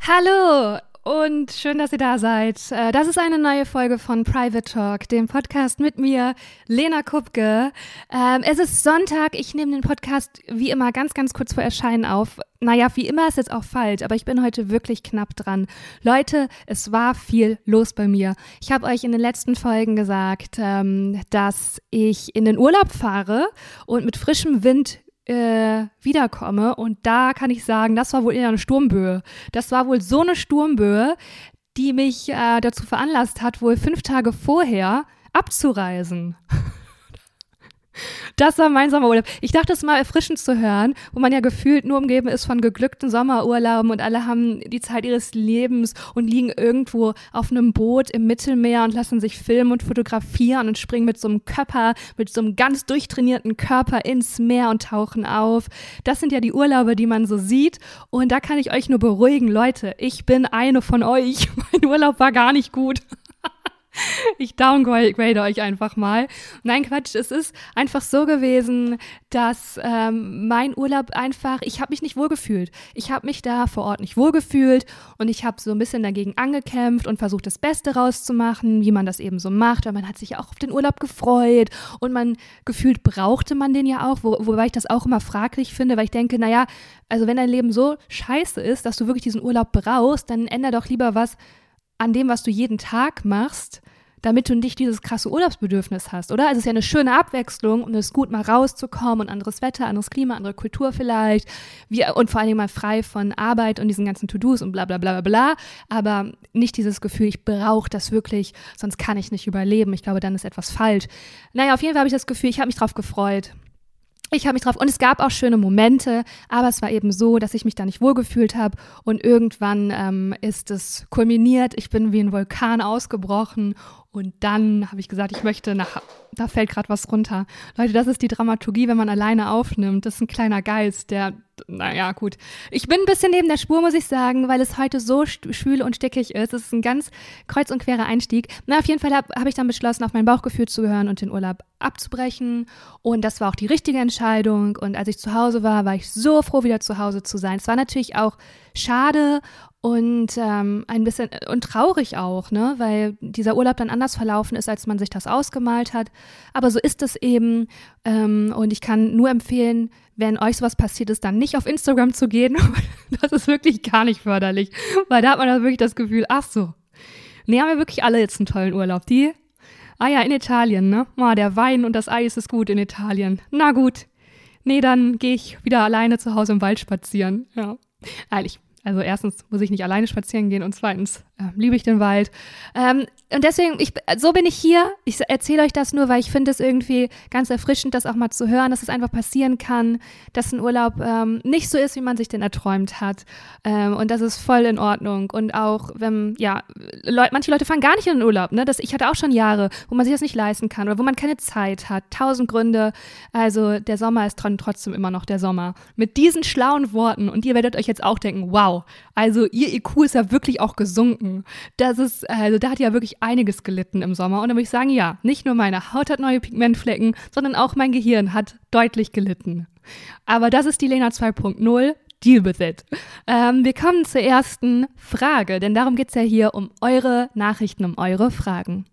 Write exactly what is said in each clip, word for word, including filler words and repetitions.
Hallo und schön, dass ihr da seid. Das ist eine neue Folge von Private Talk, dem Podcast mit mir, Lena Kupke. Es ist Sonntag, ich nehme den Podcast wie immer ganz, ganz kurz vor Erscheinen auf. Naja, wie immer ist jetzt auch falsch, aber ich bin heute wirklich knapp dran. Leute, es war viel los bei mir. Ich habe euch in den letzten Folgen gesagt, dass ich in den Urlaub fahre und mit frischem Wind Äh, wiederkomme, und da kann ich sagen, das war wohl eher eine Sturmböe. Das war wohl so eine Sturmböe, die mich äh, dazu veranlasst hat, wohl fünf Tage vorher abzureisen. Das war mein Sommerurlaub. Ich dachte, es ist mal erfrischend zu hören, wo man ja gefühlt nur umgeben ist von geglückten Sommerurlauben und alle haben die Zeit ihres Lebens und liegen irgendwo auf einem Boot im Mittelmeer und lassen sich filmen und fotografieren und springen mit so einem Körper, mit so einem ganz durchtrainierten Körper ins Meer und tauchen auf. Das sind ja die Urlaube, die man so sieht, und da kann ich euch nur beruhigen, Leute, ich bin eine von euch. Mein Urlaub war gar nicht gut. Ich downgrade euch einfach mal. Nein, Quatsch, es ist einfach so gewesen, dass ähm, mein Urlaub einfach, ich habe mich nicht wohlgefühlt. Ich habe mich da vor Ort nicht wohlgefühlt und ich habe so ein bisschen dagegen angekämpft und versucht, das Beste rauszumachen, wie man das eben so macht, weil man hat sich ja auch auf den Urlaub gefreut und man gefühlt brauchte man den ja auch, wo, wobei ich das auch immer fraglich finde, weil ich denke, naja, also wenn dein Leben so scheiße ist, dass du wirklich diesen Urlaub brauchst, dann änder doch lieber was an dem, was du jeden Tag machst, damit du nicht dieses krasse Urlaubsbedürfnis hast, oder? Also es ist ja eine schöne Abwechslung und es ist gut, mal rauszukommen und anderes Wetter, anderes Klima, andere Kultur vielleicht, wie, und vor allen Dingen mal frei von Arbeit und diesen ganzen To-Dos und bla bla bla bla bla, aber nicht dieses Gefühl, ich brauche das wirklich, sonst kann ich nicht überleben. Ich glaube, dann ist etwas falsch. Naja, auf jeden Fall habe ich das Gefühl, ich habe mich drauf gefreut. Ich habe mich drauf, und es gab auch schöne Momente, aber es war eben so, dass ich mich da nicht wohlgefühlt habe und irgendwann ähm, ist es kulminiert. Ich bin wie ein Vulkan ausgebrochen und dann habe ich gesagt, ich möchte nach, da fällt gerade was runter. Leute, das ist die Dramaturgie, wenn man alleine aufnimmt. Das ist ein kleiner Geist, der, naja, gut. Ich bin ein bisschen neben der Spur, muss ich sagen, weil es heute so schwül und stickig ist. Es ist ein ganz kreuz und querer Einstieg. Na, auf jeden Fall habe hab ich dann beschlossen, auf mein Bauchgefühl zu hören und den Urlaub abzubrechen. Und das war auch die richtige Entscheidung. Und als ich zu Hause war, war ich so froh, wieder zu Hause zu sein. Es war natürlich auch schade und ähm, ein bisschen und traurig auch, ne, weil dieser Urlaub dann anders verlaufen ist, als man sich das ausgemalt hat. Aber so ist es eben, ähm, und ich kann nur empfehlen, wenn euch sowas passiert ist, dann nicht auf Instagram zu gehen. Das ist wirklich gar nicht förderlich, weil da hat man dann wirklich das Gefühl, ach so, nee, haben wir wirklich alle jetzt einen tollen Urlaub. Die, ah ja, in Italien, ne, oh, der Wein und das Eis ist gut in Italien. Na gut, nee, dann gehe ich wieder alleine zu Hause im Wald spazieren, ja, ehrlich. Also erstens muss ich nicht alleine spazieren gehen und zweitens äh, liebe ich den Wald. Ähm, und deswegen, ich, so bin ich hier. Ich erzähle euch das nur, weil ich finde es irgendwie ganz erfrischend, das auch mal zu hören, dass es einfach passieren kann, dass ein Urlaub ähm, nicht so ist, wie man sich den erträumt hat. Ähm, und das ist voll in Ordnung. Und auch, wenn, ja, Leute, manche Leute fahren gar nicht in den Urlaub. Ne? Das, ich hatte auch schon Jahre, wo man sich das nicht leisten kann oder wo man keine Zeit hat. Tausend Gründe. Also der Sommer ist trotzdem immer noch der Sommer. Mit diesen schlauen Worten, und ihr werdet euch jetzt auch denken, wow, also ihr I Q ist ja wirklich auch gesunken. Das ist, also da hat ja wirklich einiges gelitten im Sommer. Und da würde ich sagen, ja, nicht nur meine Haut hat neue Pigmentflecken, sondern auch mein Gehirn hat deutlich gelitten. Aber das ist die Lena zwei Punkt null. Deal with it. Ähm, wir kommen zur ersten Frage, denn darum geht es ja hier um eure Nachrichten, um eure Fragen.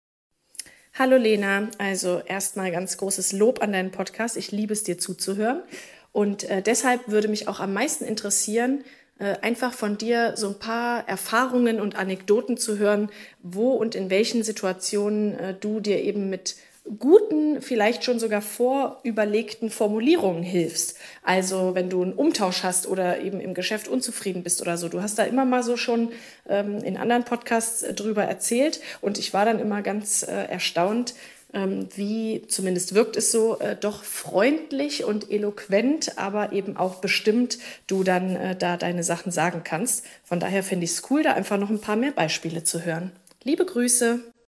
Hallo Lena, also erstmal ganz großes Lob an deinen Podcast. Ich liebe es, dir zuzuhören. Und äh, deshalb würde mich auch am meisten interessieren, einfach von dir so ein paar Erfahrungen und Anekdoten zu hören, wo und in welchen Situationen äh, du dir eben mit guten, vielleicht schon sogar vorüberlegten Formulierungen hilfst. Also wenn du einen Umtausch hast oder eben im Geschäft unzufrieden bist oder so. Du hast da immer mal so schon ähm, in anderen Podcasts äh, drüber erzählt und ich war dann immer ganz äh, erstaunt, wie, zumindest wirkt es so, äh, doch freundlich und eloquent, aber eben auch bestimmt du dann äh, da deine Sachen sagen kannst. Von daher finde ich es cool, da einfach noch ein paar mehr Beispiele zu hören. Liebe Grüße.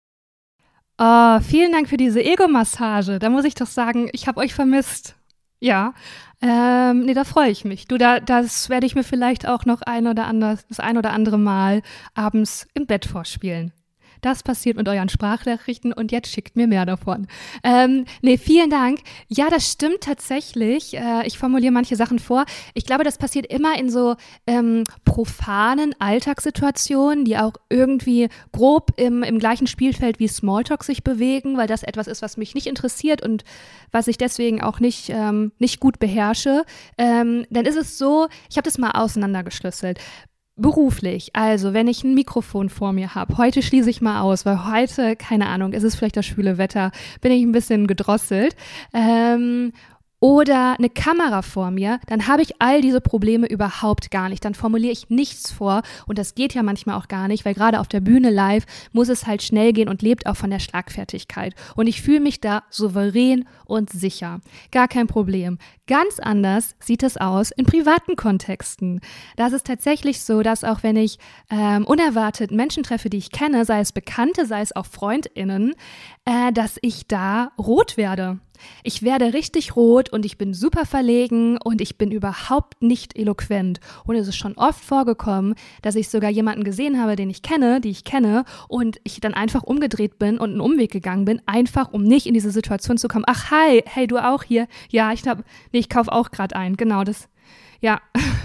Oh, vielen Dank für diese Ego-Massage. Da muss ich doch sagen, ich habe euch vermisst. Ja, ähm, nee, da freue ich mich. Du, da, das werde ich mir vielleicht auch noch ein oder anders, das ein oder andere Mal abends im Bett vorspielen. das passiert mit euren Sprachnachrichten und jetzt schickt mir mehr davon. Ähm, nee, vielen Dank. Ja, das stimmt tatsächlich. Äh, ich formuliere manche Sachen vor. Ich glaube, das passiert immer in so ähm, profanen Alltagssituationen, die auch irgendwie grob im, im gleichen Spielfeld wie Smalltalk sich bewegen, weil das etwas ist, was mich nicht interessiert und was ich deswegen auch nicht, ähm, nicht gut beherrsche. Ähm, dann ist es so, ich habe das mal auseinandergeschlüsselt. Beruflich, also wenn ich ein Mikrofon vor mir habe, heute schließe ich mal aus, weil heute, keine Ahnung, es ist vielleicht das schwüle Wetter, bin ich ein bisschen gedrosselt, ähm, oder eine Kamera vor mir, dann habe ich all diese Probleme überhaupt gar nicht. Dann formuliere ich nichts vor und das geht ja manchmal auch gar nicht, weil gerade auf der Bühne live muss es halt schnell gehen und lebt auch von der Schlagfertigkeit. Und ich fühle mich da souverän und sicher. Gar kein Problem. Ganz anders sieht es aus in privaten Kontexten. Da ist es tatsächlich so, dass auch wenn ich ähm, unerwartet Menschen treffe, die ich kenne, sei es Bekannte, sei es auch FreundInnen, äh, dass ich da rot werde. Ich werde richtig rot und ich bin super verlegen und ich bin überhaupt nicht eloquent. Und es ist schon oft vorgekommen, dass ich sogar jemanden gesehen habe, den ich kenne, die ich kenne und ich dann einfach umgedreht bin und einen Umweg gegangen bin, einfach um nicht in diese Situation zu kommen. Ach, hi, hey, du auch hier? Ja, ich glaube, nee, ich kaufe auch gerade ein. Genau, das, ja.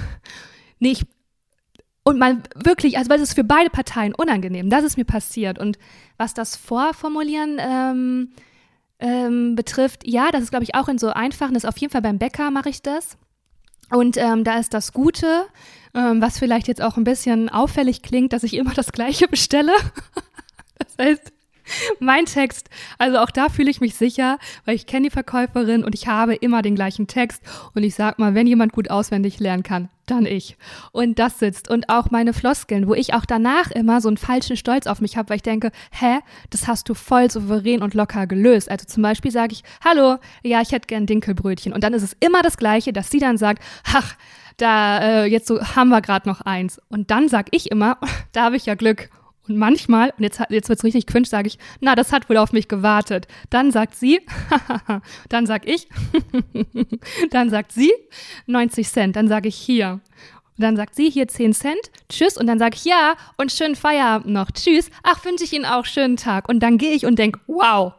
nee, ich, und man wirklich, also weil es ist für beide Parteien unangenehm. Das ist mir passiert. Und was das Vorformulieren ähm, Ähm, betrifft, ja, das ist, glaube ich, auch in so einfachen, das ist auf jeden Fall beim Bäcker mache ich das. Und ähm, da ist das Gute, ähm, was vielleicht jetzt auch ein bisschen auffällig klingt, dass ich immer das Gleiche bestelle. Das heißt, mein Text, also auch da fühle ich mich sicher, weil ich kenne die Verkäuferin und ich habe immer den gleichen Text und ich sag mal, wenn jemand gut auswendig lernen kann, dann ich. Und das sitzt und auch meine Floskeln, wo ich auch danach immer so einen falschen Stolz auf mich habe, weil ich denke, hä, das hast du voll souverän und locker gelöst. Also zum Beispiel sage ich, hallo, ja, ich hätte gern Dinkelbrötchen und dann ist es immer das Gleiche, dass sie dann sagt, ach, da, äh, jetzt so haben wir gerade noch eins. Und dann sag ich immer, da habe ich ja Glück. Und manchmal, und jetzt, jetzt wird's richtig cringe, sage ich, na, das hat wohl auf mich gewartet. Dann sagt sie, dann sag ich, dann sagt sie, neunzig Cent. Dann sage ich hier. Und dann sagt sie, hier zehn Cent, tschüss. Und dann sage ich, ja, und schönen Feierabend noch, tschüss. Ach, wünsche ich Ihnen auch schönen Tag. Und dann gehe ich und denke, wow,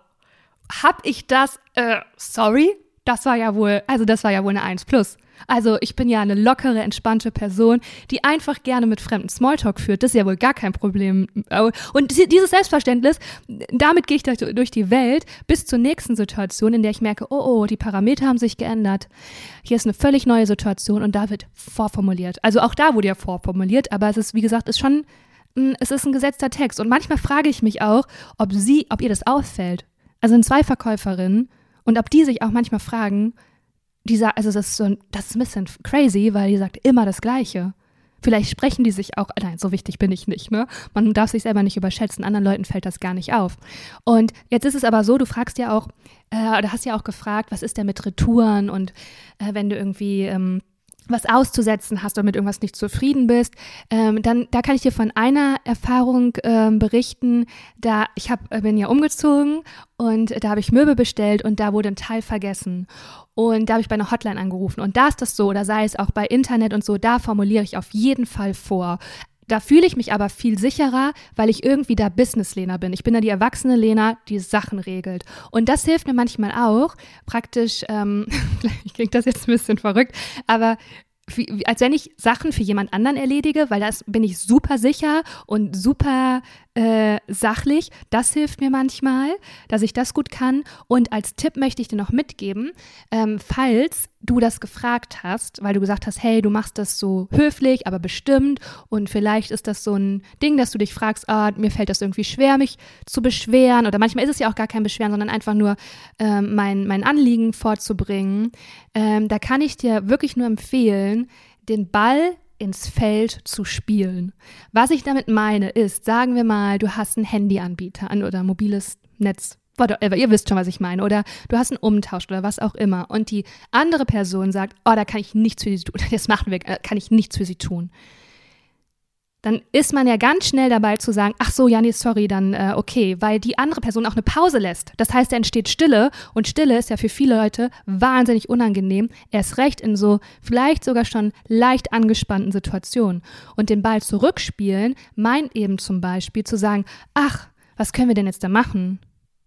hab ich das, äh, sorry? Das war ja wohl, also das war ja wohl eine eins plus. Also ich bin ja eine lockere, entspannte Person, die einfach gerne mit Fremden Smalltalk führt. Das ist ja wohl gar kein Problem. Und dieses Selbstverständnis, damit gehe ich durch die Welt bis zur nächsten Situation, in der ich merke, oh, oh, die Parameter haben sich geändert. Hier ist eine völlig neue Situation und da wird vorformuliert. Also auch da wurde ja vorformuliert, aber es ist, wie gesagt, ist schon, es ist ein gesetzter Text. Und manchmal frage ich mich auch, ob sie, ob ihr das auffällt. Also sind zwei Verkäuferinnen und ob die sich auch manchmal fragen, Die sagt, also das ist, so ein, das ist ein bisschen crazy, weil die sagt immer das Gleiche. Vielleicht sprechen die sich auch, nein, so wichtig bin ich nicht, ne? Man darf sich selber nicht überschätzen, anderen Leuten fällt das gar nicht auf. Und jetzt ist es aber so, du fragst ja auch, äh, oder hast ja auch gefragt, was ist denn mit Retouren und äh, wenn du irgendwie ähm, was auszusetzen hast oder mit irgendwas nicht zufrieden bist, ähm, dann da kann ich dir von einer Erfahrung ähm, berichten. Da ich hab, bin ja umgezogen und da habe ich Möbel bestellt und da wurde ein Teil vergessen. Und da habe ich bei einer Hotline angerufen. Und da ist das so, oder sei es auch bei Internet und so, da formuliere ich auf jeden Fall vor. Da fühle ich mich aber viel sicherer, weil ich irgendwie da Business-Lena bin. Ich bin da die erwachsene Lena, die Sachen regelt. Und das hilft mir manchmal auch, praktisch, ähm, ich klinge das jetzt ein bisschen verrückt, aber wie, als wenn ich Sachen für jemand anderen erledige, weil das bin ich super sicher und super äh, sachlich. Das hilft mir manchmal, dass ich das gut kann. Und als Tipp möchte ich dir noch mitgeben, ähm, falls du das gefragt hast, weil du gesagt hast, hey, du machst das so höflich, aber bestimmt und vielleicht ist das so ein Ding, dass du dich fragst, ah, mir fällt das irgendwie schwer, mich zu beschweren oder manchmal ist es ja auch gar kein Beschweren, sondern einfach nur ähm, mein, mein Anliegen vorzubringen. Ähm, da kann ich dir wirklich nur empfehlen, den Ball ins Feld zu spielen. Was ich damit meine ist, sagen wir mal, du hast einen Handyanbieter an oder ein mobiles Netz. Whatever, ihr wisst schon, was ich meine. Oder du hast einen Umtausch oder was auch immer. Und die andere Person sagt, oh, da kann ich nichts für sie tun. Das machen wir, kann ich nichts für sie tun. Dann ist man ja ganz schnell dabei zu sagen, ach so, ja, nee, sorry, dann äh, okay. Weil die andere Person auch eine Pause lässt. Das heißt, da entsteht Stille. Und Stille ist ja für viele Leute wahnsinnig unangenehm. Erst recht in so vielleicht sogar schon leicht angespannten Situationen. Und den Ball zurückspielen meint eben zum Beispiel zu sagen, ach, was können wir denn jetzt da machen?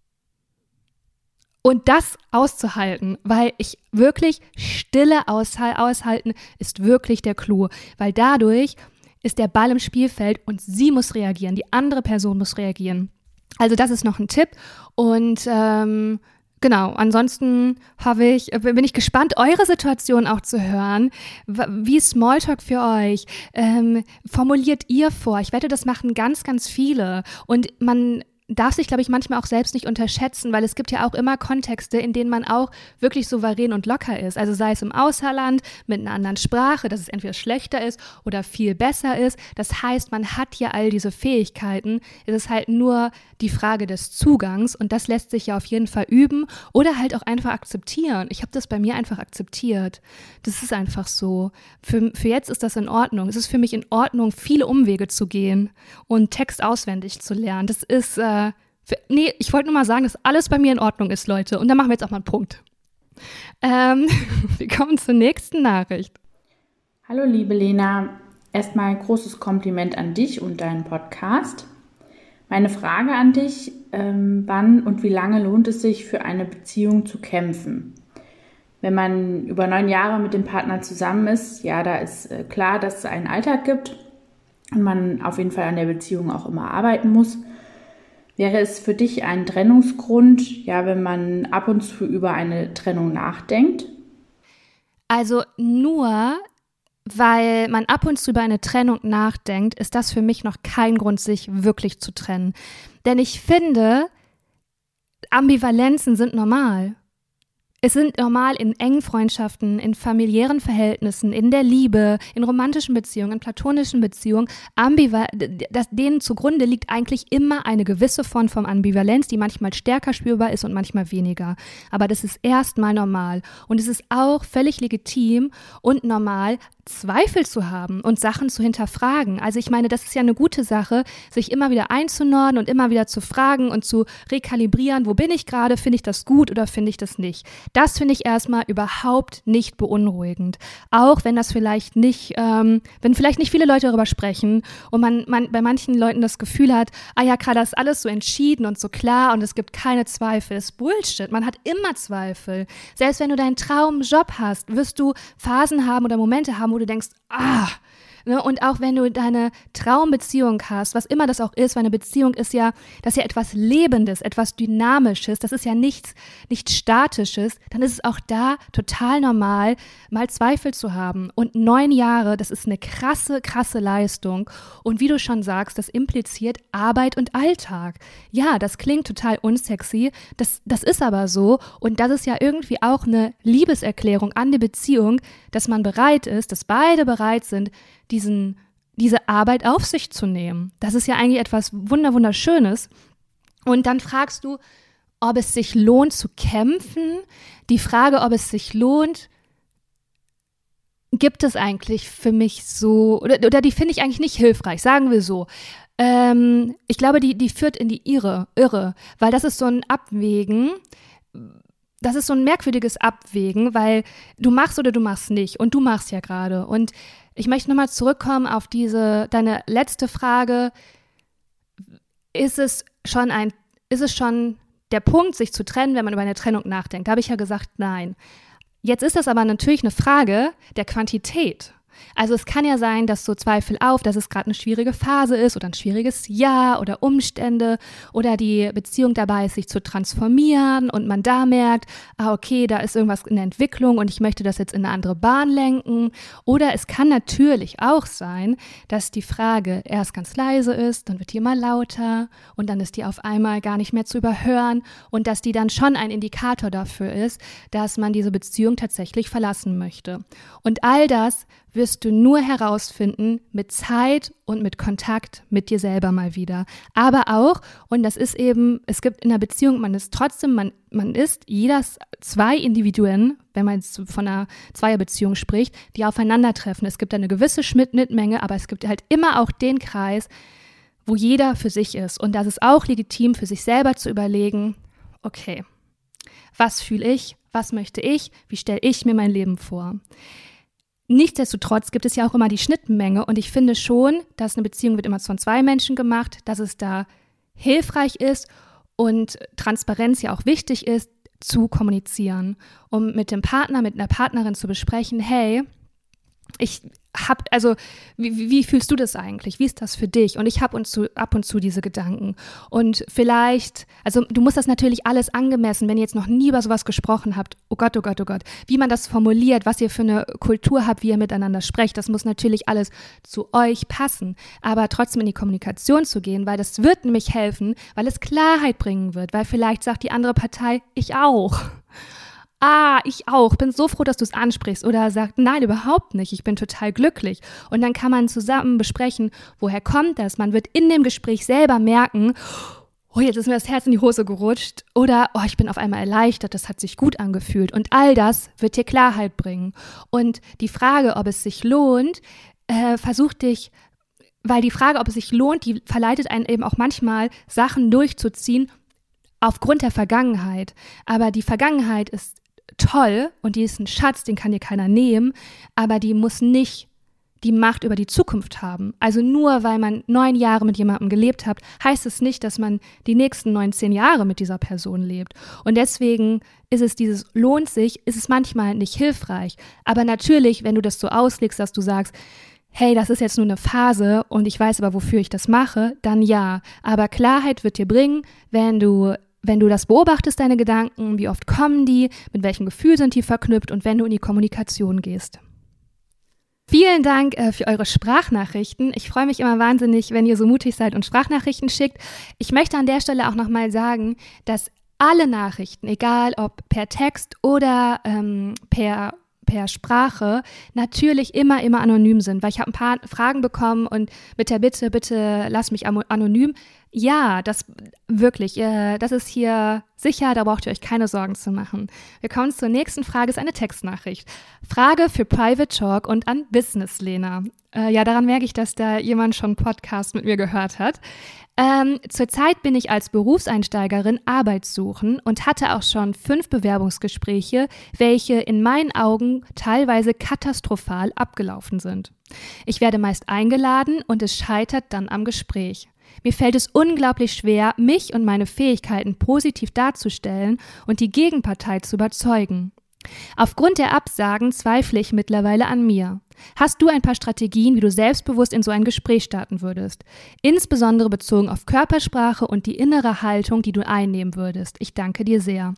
Und das auszuhalten, weil ich wirklich Stille aushalten ist wirklich der Clou, weil dadurch ist der Ball im Spielfeld und sie muss reagieren, die andere Person muss reagieren. Also das ist noch ein Tipp und ähm, genau, ansonsten hoffe ich, bin ich gespannt, eure Situation auch zu hören. Wie ist Smalltalk für euch? Ähm, formuliert ihr vor? Ich wette, das machen ganz, ganz viele und man darf sich, glaube ich, manchmal auch selbst nicht unterschätzen, weil es gibt ja auch immer Kontexte, in denen man auch wirklich souverän und locker ist. Also sei es im Außerland mit einer anderen Sprache, dass es entweder schlechter ist oder viel besser ist. Das heißt, man hat ja all diese Fähigkeiten. Es ist halt nur die Frage des Zugangs und das lässt sich ja auf jeden Fall üben oder halt auch einfach akzeptieren. Ich habe das bei mir einfach akzeptiert. Das ist einfach so. Für, für jetzt ist das in Ordnung. Es ist für mich in Ordnung, viele Umwege zu gehen und Text auswendig zu lernen. Das ist äh, Für, nee, ich wollte nur mal sagen, dass alles bei mir in Ordnung ist, Leute. Und da machen wir jetzt auch mal einen Punkt. Ähm, wir kommen zur nächsten Nachricht. Hallo liebe Lena, erstmal großes Kompliment an dich und deinen Podcast. Meine Frage an dich, ähm, wann und wie lange lohnt es sich für eine Beziehung zu kämpfen? Wenn man über neun Jahre mit dem Partner zusammen ist, ja, da ist äh, klar, dass es einen Alltag gibt und man auf jeden Fall an der Beziehung auch immer arbeiten muss. Wäre es für dich ein Trennungsgrund, ja, wenn man ab und zu über eine Trennung nachdenkt? Also nur, weil man ab und zu über eine Trennung nachdenkt, ist das für mich noch kein Grund, sich wirklich zu trennen. Denn ich finde, Ambivalenzen sind normal. Es sind normal in engen Freundschaften, in familiären Verhältnissen, in der Liebe, in romantischen Beziehungen, in platonischen Beziehungen. Ambival- das, denen zugrunde liegt eigentlich immer eine gewisse Form von Ambivalenz, die manchmal stärker spürbar ist und manchmal weniger. Aber das ist erstmal normal. Und es ist auch völlig legitim und normal, Zweifel zu haben und Sachen zu hinterfragen. Also ich meine, das ist ja eine gute Sache, sich immer wieder einzunorden und immer wieder zu fragen und zu rekalibrieren, wo bin ich gerade, finde ich das gut oder finde ich das nicht. Das finde ich erstmal überhaupt nicht beunruhigend. Auch wenn das vielleicht nicht, ähm, wenn vielleicht nicht viele Leute darüber sprechen und man, man bei manchen Leuten das Gefühl hat, ah ja, gerade das ist alles so entschieden und so klar und es gibt keine Zweifel. Das ist Bullshit. Man hat immer Zweifel. Selbst wenn du deinen Traumjob hast, wirst du Phasen haben oder Momente haben, wo du denkst, ah, ne? Und auch wenn du deine Traumbeziehung hast, was immer das auch ist, weil eine Beziehung ist ja, das ist ja etwas Lebendes, etwas Dynamisches, das ist ja nichts, nichts Statisches, dann ist es auch da total normal, mal Zweifel zu haben. Und neun Jahre, das ist eine krasse, krasse Leistung. Und wie du schon sagst, das impliziert Arbeit und Alltag. Ja, das klingt total unsexy, das, das ist aber so. Und das ist ja irgendwie auch eine Liebeserklärung an die Beziehung, dass man bereit ist, dass beide bereit sind, diesen, diese Arbeit auf sich zu nehmen. Das ist ja eigentlich etwas Wunderschönes. Und dann fragst du, ob es sich lohnt zu kämpfen. Die Frage, ob es sich lohnt, gibt es eigentlich für mich so, oder, oder die finde ich eigentlich nicht hilfreich, sagen wir so. Ähm, ich glaube, die, die führt in die Irre, Irre, weil das ist so ein Abwägen, das ist so ein merkwürdiges Abwägen, weil du machst oder du machst nicht und du machst ja gerade. Und ich möchte nochmal zurückkommen auf diese, deine letzte Frage. Ist es schon ein, ist es schon der Punkt, sich zu trennen, wenn man über eine Trennung nachdenkt? Da habe ich ja gesagt, nein. Jetzt ist das aber natürlich eine Frage der Quantität. Also es kann ja sein, dass so Zweifel auf, dass es gerade eine schwierige Phase ist oder ein schwieriges Jahr oder Umstände oder die Beziehung dabei ist, sich zu transformieren und man da merkt, ah okay, da ist irgendwas in der Entwicklung und ich möchte das jetzt in eine andere Bahn lenken. Oder es kann natürlich auch sein, dass die Frage erst ganz leise ist, dann wird die immer lauter und dann ist die auf einmal gar nicht mehr zu überhören und dass die dann schon ein Indikator dafür ist, dass man diese Beziehung tatsächlich verlassen möchte. Und all das wirst du nur herausfinden mit Zeit und mit Kontakt mit dir selber mal wieder. Aber auch, und das ist eben, es gibt in der Beziehung, man ist trotzdem, man, man ist jeder zwei Individuen, wenn man jetzt von einer Zweierbeziehung spricht, die aufeinandertreffen. Es gibt eine gewisse Schnittmenge, aber es gibt halt immer auch den Kreis, wo jeder für sich ist. Und das ist auch legitim, für sich selber zu überlegen, okay, was fühle ich, was möchte ich, wie stelle ich mir mein Leben vor? Nichtsdestotrotz gibt es ja auch immer die Schnittmenge und ich finde schon, dass eine Beziehung wird immer von zwei Menschen gemacht, dass es da hilfreich ist und Transparenz ja auch wichtig ist, zu kommunizieren, um mit dem Partner, mit einer Partnerin zu besprechen, hey, ich hab, also wie, wie fühlst du das eigentlich? Wie ist das für dich? Und ich habe uns zu, ab und zu diese Gedanken. Und vielleicht, also du musst das natürlich alles angemessen, wenn ihr jetzt noch nie über sowas gesprochen habt, oh Gott, oh Gott, oh Gott, wie man das formuliert, was ihr für eine Kultur habt, wie ihr miteinander sprecht, das muss natürlich alles zu euch passen. Aber trotzdem in die Kommunikation zu gehen, weil das wird nämlich helfen, weil es Klarheit bringen wird, weil vielleicht sagt die andere Partei, ich auch. Ah, ich auch, bin so froh, dass du es ansprichst. Oder sagt, nein, überhaupt nicht, ich bin total glücklich. Und dann kann man zusammen besprechen, woher kommt das? Man wird in dem Gespräch selber merken, oh, jetzt ist mir das Herz in die Hose gerutscht. Oder, oh, ich bin auf einmal erleichtert, das hat sich gut angefühlt. Und all das wird dir Klarheit bringen. Und die Frage, ob es sich lohnt, äh, versuch dich, weil die Frage, ob es sich lohnt, die verleitet einen eben auch manchmal, Sachen durchzuziehen aufgrund der Vergangenheit. Aber die Vergangenheit ist toll und die ist ein Schatz, den kann dir keiner nehmen, aber die muss nicht die Macht über die Zukunft haben. Also nur weil man neun Jahre mit jemandem gelebt hat, heißt es nicht, dass man die nächsten neunzehn Jahre mit dieser Person lebt. Und deswegen ist es dieses, lohnt sich, ist es manchmal nicht hilfreich. Aber natürlich, wenn du das so auslegst, dass du sagst, hey, das ist jetzt nur eine Phase und ich weiß aber, wofür ich das mache, dann ja. Aber Klarheit wird dir bringen, wenn du Wenn du das beobachtest, deine Gedanken, wie oft kommen die, mit welchem Gefühl sind die verknüpft und wenn du in die Kommunikation gehst. Vielen Dank äh, für eure Sprachnachrichten. Ich freue mich immer wahnsinnig, wenn ihr so mutig seid und Sprachnachrichten schickt. Ich möchte an der Stelle auch nochmal sagen, dass alle Nachrichten, egal ob per Text oder ähm, per per Sprache natürlich immer, immer anonym sind, weil ich habe ein paar Fragen bekommen und mit der Bitte, bitte lass mich anonym. Ja, das wirklich, äh, das ist hier sicher, da braucht ihr euch keine Sorgen zu machen. Wir kommen zur nächsten Frage, ist eine Textnachricht. Frage für Private Talk und an Business Lena. Äh, ja, daran merke ich, dass da jemand schon einen Podcast mit mir gehört hat. Ähm, zurzeit bin ich als Berufseinsteigerin arbeitssuchend und hatte auch schon fünf Bewerbungsgespräche, welche in meinen Augen teilweise katastrophal abgelaufen sind. Ich werde meist eingeladen und es scheitert dann am Gespräch. Mir fällt es unglaublich schwer, mich und meine Fähigkeiten positiv darzustellen und die Gegenpartei zu überzeugen. Aufgrund der Absagen zweifle ich mittlerweile an mir. Hast du ein paar Strategien, wie du selbstbewusst in so ein Gespräch starten würdest? Insbesondere bezogen auf Körpersprache und die innere Haltung, die du einnehmen würdest. Ich danke dir sehr.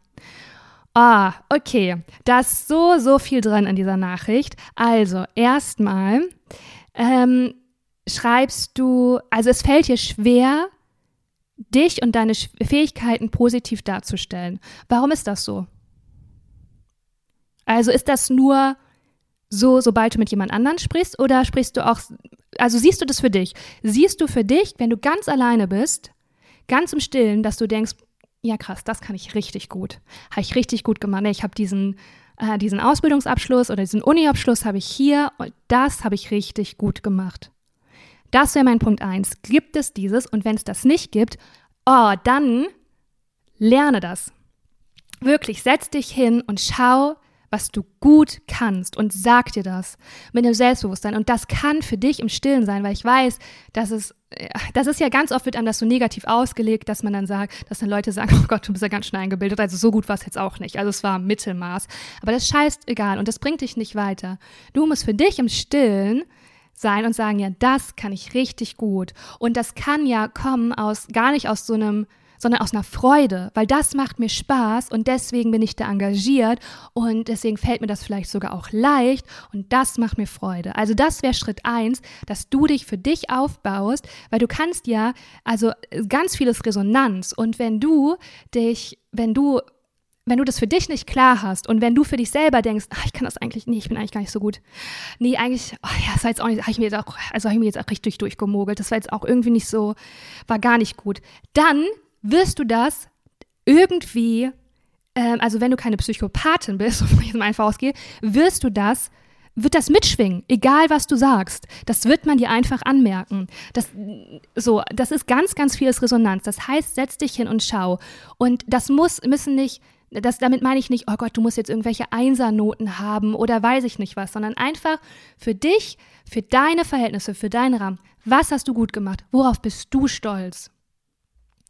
Ah, okay. Da ist so, so viel dran in dieser Nachricht. Also, erstmal ähm, schreibst du, also es fällt dir schwer, dich und deine Fähigkeiten positiv darzustellen. Warum ist das so? Also ist das nur so, sobald du mit jemand anderem sprichst oder sprichst du auch, also siehst du das für dich? Siehst du für dich, wenn du ganz alleine bist, ganz im Stillen, dass du denkst, ja krass, das kann ich richtig gut. Habe ich richtig gut gemacht. Ich habe diesen, äh, diesen Ausbildungsabschluss oder diesen Uni-Abschluss habe ich hier und das habe ich richtig gut gemacht. Das wäre mein Punkt eins. Gibt es dieses? Und wenn es das nicht gibt, oh, dann lerne das. Wirklich, setz dich hin und schau, was du gut kannst und sag dir das mit einem Selbstbewusstsein. Und das kann für dich im Stillen sein, weil ich weiß, dass es, das ist ja ganz oft wird einem das so negativ ausgelegt, dass man dann sagt, dass dann Leute sagen, oh Gott, du bist ja ganz schnell eingebildet, also so gut war es jetzt auch nicht. Also es war Mittelmaß. Aber das scheißt egal und das bringt dich nicht weiter. Du musst für dich im Stillen sein und sagen, ja, das kann ich richtig gut. Und das kann ja kommen aus, gar nicht aus so einem, sondern aus einer Freude, weil das macht mir Spaß und deswegen bin ich da engagiert und deswegen fällt mir das vielleicht sogar auch leicht und das macht mir Freude. Also das wäre Schritt eins, dass du dich für dich aufbaust, weil du kannst ja, also ganz vieles Resonanz und wenn du dich, wenn du Wenn du das für dich nicht klar hast und wenn du für dich selber denkst, ach, ich kann das eigentlich, nee, ich bin eigentlich gar nicht so gut. Nee, eigentlich, oh ja, das war jetzt auch nicht, habe ich mir jetzt auch, also habe ich mir jetzt auch richtig durchgemogelt. Das war jetzt auch irgendwie nicht so, war gar nicht gut. Dann wirst du das irgendwie, ähm, also wenn du keine Psychopathin bist, wovon ich jetzt mal einfach ausgehe, wirst du das, wird das mitschwingen, egal was du sagst. Das wird man dir einfach anmerken. Das, so, das ist ganz, ganz vieles Resonanz. Das heißt, setz dich hin und schau. Und das muss, müssen nicht, Das, damit meine ich nicht, oh Gott, du musst jetzt irgendwelche Einsernoten haben oder weiß ich nicht was, sondern einfach für dich, für deine Verhältnisse, für deinen Rahmen. Was hast du gut gemacht? Worauf bist du stolz?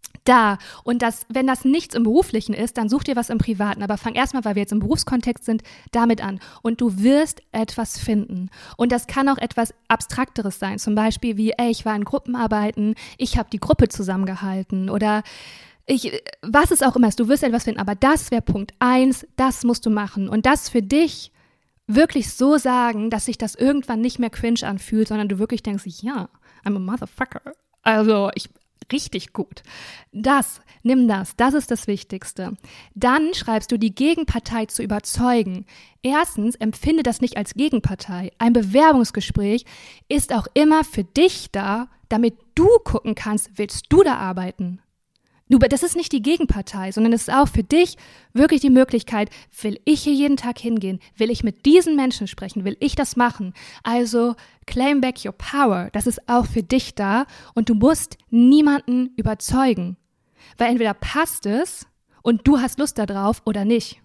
da. Und das, wenn das nichts im Beruflichen ist, dann such dir was im Privaten. Aber fang erstmal, weil wir jetzt im Berufskontext sind, damit an. Und du wirst etwas finden. Und das kann auch etwas Abstrakteres sein. Zum Beispiel wie, ey, ich war in Gruppenarbeiten, ich habe die Gruppe zusammengehalten oder ich, was es auch immer ist, du wirst etwas finden. Aber das wäre Punkt eins, das musst du machen. Und das für dich wirklich so sagen, dass sich das irgendwann nicht mehr cringe anfühlt, sondern du wirklich denkst, ja, I'm a motherfucker. Also ich richtig gut. Das, nimm das, das ist das Wichtigste. Dann schreibst du, die Gegenpartei zu überzeugen. Erstens, empfinde das nicht als Gegenpartei. Ein Bewerbungsgespräch ist auch immer für dich da, damit du gucken kannst, willst du da arbeiten? Du, das ist nicht die Gegenpartei, sondern es ist auch für dich wirklich die Möglichkeit, will ich hier jeden Tag hingehen? Will ich mit diesen Menschen sprechen? Will ich das machen? Also claim back your power. Das ist auch für dich da und du musst niemanden überzeugen. Weil entweder passt es und du hast Lust darauf oder nicht.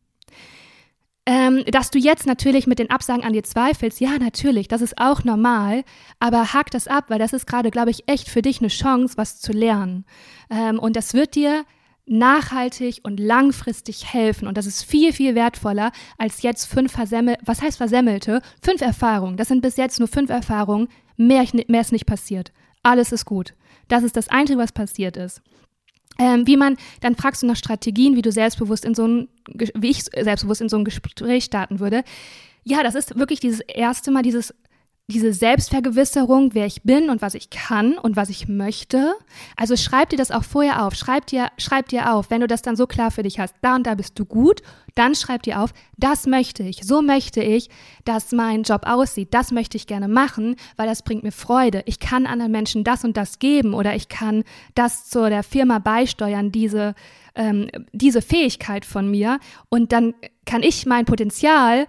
Ähm, dass du jetzt natürlich mit den Absagen an dir zweifelst, ja, natürlich, das ist auch normal, aber hak das ab, weil das ist gerade, glaube ich, echt für dich eine Chance, was zu lernen. Ähm, und das wird dir nachhaltig und langfristig helfen und das ist viel, viel wertvoller als jetzt fünf versemmelte, was heißt versemmelte? Fünf Erfahrungen, das sind bis jetzt nur fünf Erfahrungen, mehr, mehr ist nicht passiert. Alles ist gut. Das ist das Einzige, was passiert ist. Ähm, wie man, dann fragst du nach Strategien, wie du selbstbewusst in so ein, wie ich selbstbewusst in so ein Gespräch starten würde. Ja, das ist wirklich dieses erste Mal, dieses, diese Selbstvergewisserung, wer ich bin und was ich kann und was ich möchte. Also schreib dir das auch vorher auf. Schreib dir, schreib dir auf, wenn du das dann so klar für dich hast, da und da bist du gut, dann schreib dir auf, das möchte ich, so möchte ich, dass mein Job aussieht, das möchte ich gerne machen, weil das bringt mir Freude. Ich kann anderen Menschen das und das geben oder ich kann das zu der Firma beisteuern, diese, ähm, diese Fähigkeit von mir und dann kann ich mein Potenzial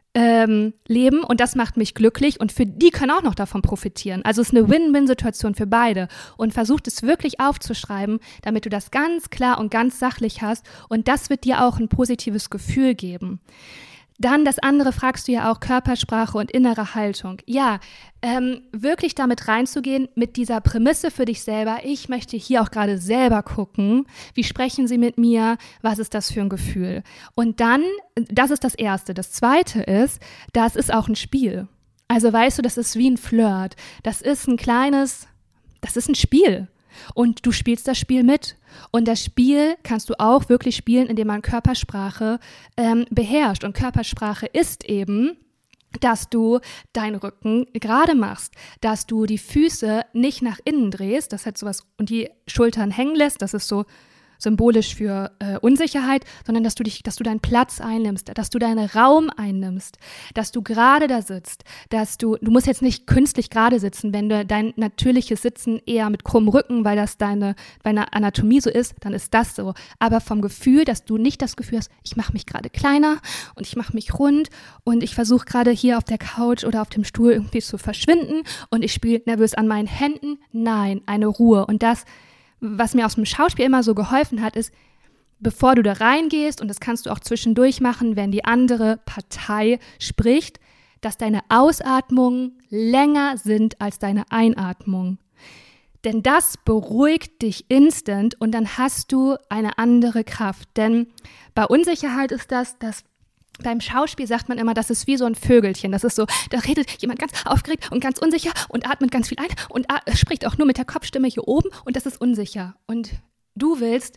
ähm, leben und das macht mich glücklich und für die können auch noch davon profitieren. Also es ist eine Win-Win-Situation für beide und versucht es wirklich aufzuschreiben, damit du das ganz klar und ganz sachlich hast und das wird dir auch ein positives Gefühl geben. Dann das andere fragst du ja auch Körpersprache und innere Haltung. Ja, ähm, wirklich damit reinzugehen mit dieser Prämisse für dich selber. Ich möchte hier auch gerade selber gucken, wie sprechen sie mit mir, was ist das für ein Gefühl? Und dann, das ist das Erste. Das Zweite ist, das ist auch ein Spiel. Also weißt du, das ist wie ein Flirt. Das ist ein kleines, das ist ein Spiel. Und du spielst das Spiel mit. Und das Spiel kannst du auch wirklich spielen, indem man Körpersprache ähm, beherrscht. Und Körpersprache ist eben, dass du deinen Rücken gerade machst, dass du die Füße nicht nach innen drehst, das hat sowas und die Schultern hängen lässt, das ist so symbolisch für äh, Unsicherheit, sondern dass du dich, dass du deinen Platz einnimmst, dass du deinen Raum einnimmst, dass du gerade da sitzt, dass du, du musst jetzt nicht künstlich gerade sitzen, wenn du dein natürliches Sitzen eher mit krummem Rücken, weil das deine, deine Anatomie so ist, dann ist das so. Aber vom Gefühl, dass du nicht das Gefühl hast, ich mache mich gerade kleiner und ich mache mich rund und ich versuche gerade hier auf der Couch oder auf dem Stuhl irgendwie zu verschwinden und ich spiele nervös an meinen Händen. Nein, eine Ruhe. Und das was mir aus dem Schauspiel immer so geholfen hat, ist, bevor du da reingehst, und das kannst du auch zwischendurch machen, wenn die andere Partei spricht, dass deine Ausatmungen länger sind als deine Einatmung. Denn das beruhigt dich instant und dann hast du eine andere Kraft. Denn bei Unsicherheit ist das, dass beim Schauspiel sagt man immer, das ist wie so ein Vögelchen. Das ist so, da redet jemand ganz aufgeregt und ganz unsicher und atmet ganz viel ein und spricht auch nur mit der Kopfstimme hier oben und das ist unsicher. Und du willst,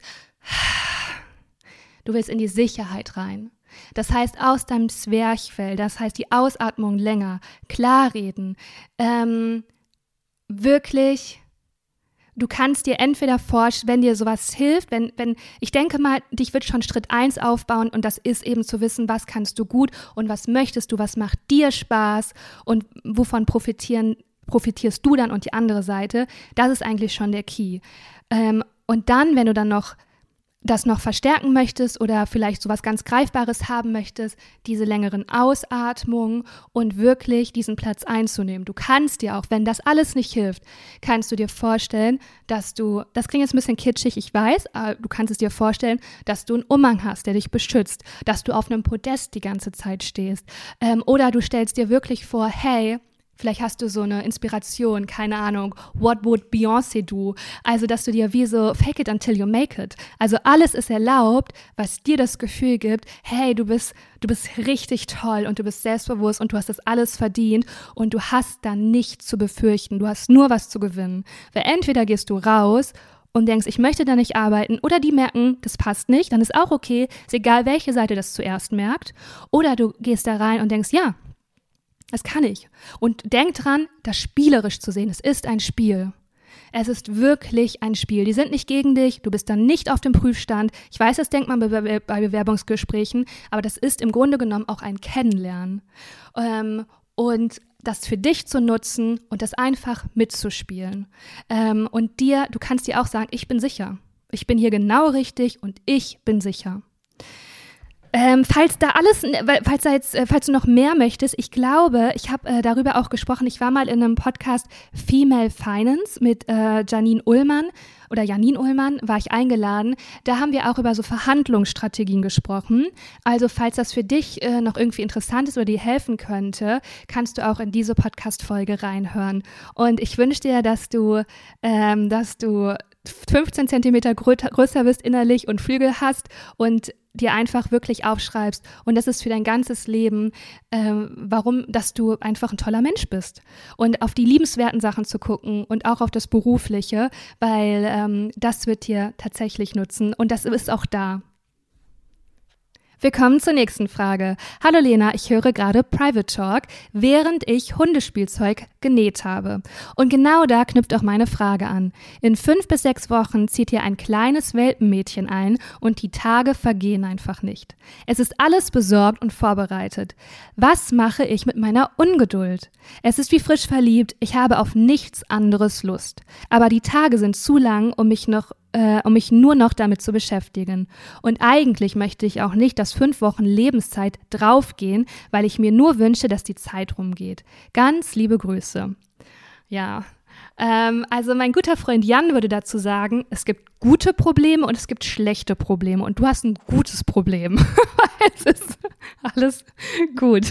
du willst in die Sicherheit rein. Das heißt, aus deinem Zwerchfell, das heißt, die Ausatmung länger, klar reden, ähm, wirklich. Du kannst dir entweder vorstellen, wenn dir sowas hilft, wenn, wenn, ich denke mal, dich wird schon Schritt eins aufbauen und das ist eben zu wissen, was kannst du gut und was möchtest du, was macht dir Spaß und wovon profitieren, profitierst du dann und die andere Seite. Das ist eigentlich schon der Key. Ähm, und dann, wenn du dann noch das noch verstärken möchtest oder vielleicht sowas ganz Greifbares haben möchtest, diese längeren Ausatmungen und wirklich diesen Platz einzunehmen. Du kannst dir auch, wenn das alles nicht hilft, kannst du dir vorstellen, dass du, das klingt jetzt ein bisschen kitschig, ich weiß, aber du kannst es dir vorstellen, dass du einen Umhang hast, der dich beschützt, dass du auf einem Podest die ganze Zeit stehst. Ähm, oder du stellst dir wirklich vor, hey, Vielleicht hast du so eine Inspiration, keine Ahnung, what would Beyoncé do? Also, dass du dir wie so fake it until you make it. Also alles ist erlaubt, was dir das Gefühl gibt, hey, du bist, du bist richtig toll und du bist selbstbewusst und du hast das alles verdient und du hast da nichts zu befürchten. Du hast nur was zu gewinnen. Weil entweder gehst du raus und denkst, ich möchte da nicht arbeiten, oder die merken, das passt nicht, dann ist auch okay, ist egal, welche Seite das zuerst merkt. Oder du gehst da rein und denkst, ja, das kann ich. Und denk dran, das spielerisch zu sehen. Es ist ein Spiel. Es ist wirklich ein Spiel. Die sind nicht gegen dich. Du bist dann nicht auf dem Prüfstand. Ich weiß, das denkt man bei, Be- bei Bewerbungsgesprächen, aber das ist im Grunde genommen auch ein Kennenlernen. Ähm, und das für dich zu nutzen und das einfach mitzuspielen. Ähm, und dir, du kannst dir auch sagen, ich bin sicher. Ich bin hier genau richtig und ich bin sicher. Ähm, falls da alles, falls da jetzt, falls du noch mehr möchtest, ich glaube, ich habe äh, darüber auch gesprochen, ich war mal in einem Podcast Female Finance mit äh, Janine Ullmann oder Janine Ullmann, war ich eingeladen. Da haben wir auch über so Verhandlungsstrategien gesprochen. Also falls das für dich äh, noch irgendwie interessant ist oder dir helfen könnte, kannst du auch in diese Podcast-Folge reinhören. Und ich wünsche dir, dass du, ähm, dass du fünfzehn Zentimeter grö- größer bist innerlich und Flügel hast und dir einfach wirklich aufschreibst, und das ist für dein ganzes Leben, ähm, warum, dass du einfach ein toller Mensch bist, und auf die liebenswerten Sachen zu gucken und auch auf das Berufliche, weil ähm, das wird dir tatsächlich nutzen und das ist auch da. Wir kommen zur nächsten Frage. Hallo Lena, ich höre gerade Private Talk, während ich Hundespielzeug genäht habe. Und genau da knüpft auch meine Frage an. In fünf bis sechs Wochen zieht hier ein kleines Welpenmädchen ein und die Tage vergehen einfach nicht. Es ist alles besorgt und vorbereitet. Was mache ich mit meiner Ungeduld? Es ist wie frisch verliebt, ich habe auf nichts anderes Lust. Aber die Tage sind zu lang, um mich noch Äh, um mich nur noch damit zu beschäftigen. Und eigentlich möchte ich auch nicht, dass fünf Wochen Lebenszeit draufgehen, weil ich mir nur wünsche, dass die Zeit rumgeht. Ganz liebe Grüße. Ja, ähm, also mein guter Freund Jan würde dazu sagen, es gibt gute Probleme und es gibt schlechte Probleme. Und du hast ein gutes Problem. Es ist alles gut.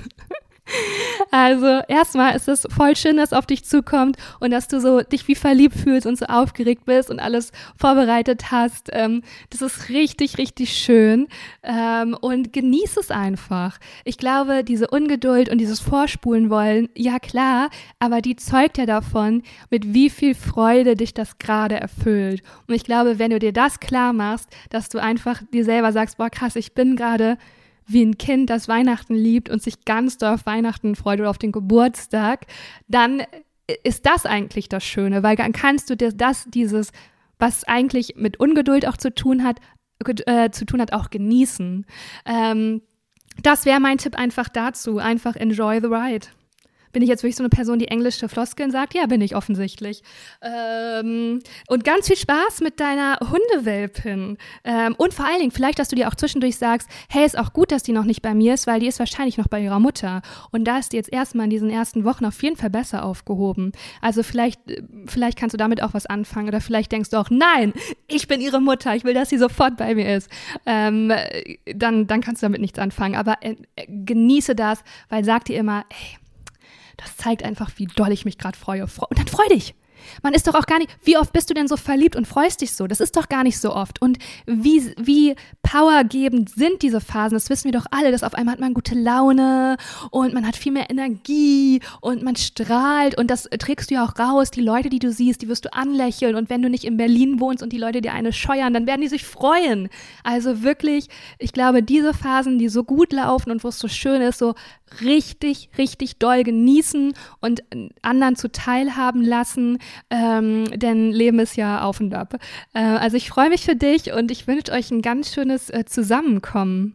Also erstmal ist es voll schön, dass auf dich zukommt und dass du so dich wie verliebt fühlst und so aufgeregt bist und alles vorbereitet hast. Ähm, das ist richtig, richtig schön, ähm, und genieß es einfach. Ich glaube, diese Ungeduld und dieses Vorspulen wollen, ja klar, aber die zeugt ja davon, mit wie viel Freude dich das gerade erfüllt. Und ich glaube, wenn du dir das klar machst, dass du einfach dir selber sagst, boah krass, ich bin gerade wie ein Kind, das Weihnachten liebt und sich ganz doll auf Weihnachten freut oder auf den Geburtstag, dann ist das eigentlich das Schöne, weil dann kannst du dir das, dieses, was eigentlich mit Ungeduld auch zu tun hat, äh, zu tun hat, auch genießen. Ähm, das wäre mein Tipp einfach dazu, einfach enjoy the ride. Bin ich jetzt wirklich so eine Person, die englische Floskeln sagt? Ja, bin ich offensichtlich. Ähm, und ganz viel Spaß mit deiner Hundewelpin. Ähm, und vor allen Dingen, vielleicht, dass du dir auch zwischendurch sagst, hey, ist auch gut, dass die noch nicht bei mir ist, weil die ist wahrscheinlich noch bei ihrer Mutter. Und da ist die jetzt erstmal in diesen ersten Wochen auf jeden Fall besser aufgehoben. Also vielleicht, vielleicht kannst du damit auch was anfangen. Oder vielleicht denkst du auch, nein, ich bin ihre Mutter, ich will, dass sie sofort bei mir ist. Ähm, dann, dann kannst du damit nichts anfangen. Aber äh, genieße das, weil sag dir immer, ey, das zeigt einfach, wie doll ich mich gerade freue. Und dann freu dich. Man ist doch auch gar nicht, wie oft bist du denn so verliebt und freust dich so? Das ist doch gar nicht so oft. Und wie, wie powergebend sind diese Phasen? Das wissen wir doch alle, dass auf einmal hat man gute Laune und man hat viel mehr Energie und man strahlt, und das trägst du ja auch raus. Die Leute, die du siehst, die wirst du anlächeln, und wenn du nicht in Berlin wohnst und die Leute dir eine scheuern, dann werden die sich freuen. Also wirklich, ich glaube, diese Phasen, die so gut laufen und wo es so schön ist, so richtig, richtig doll genießen und anderen zu teilhaben lassen, ähm, denn Leben ist ja auf und ab. Äh, also ich freue mich für dich und ich wünsche euch ein ganz schönes äh, Zusammenkommen.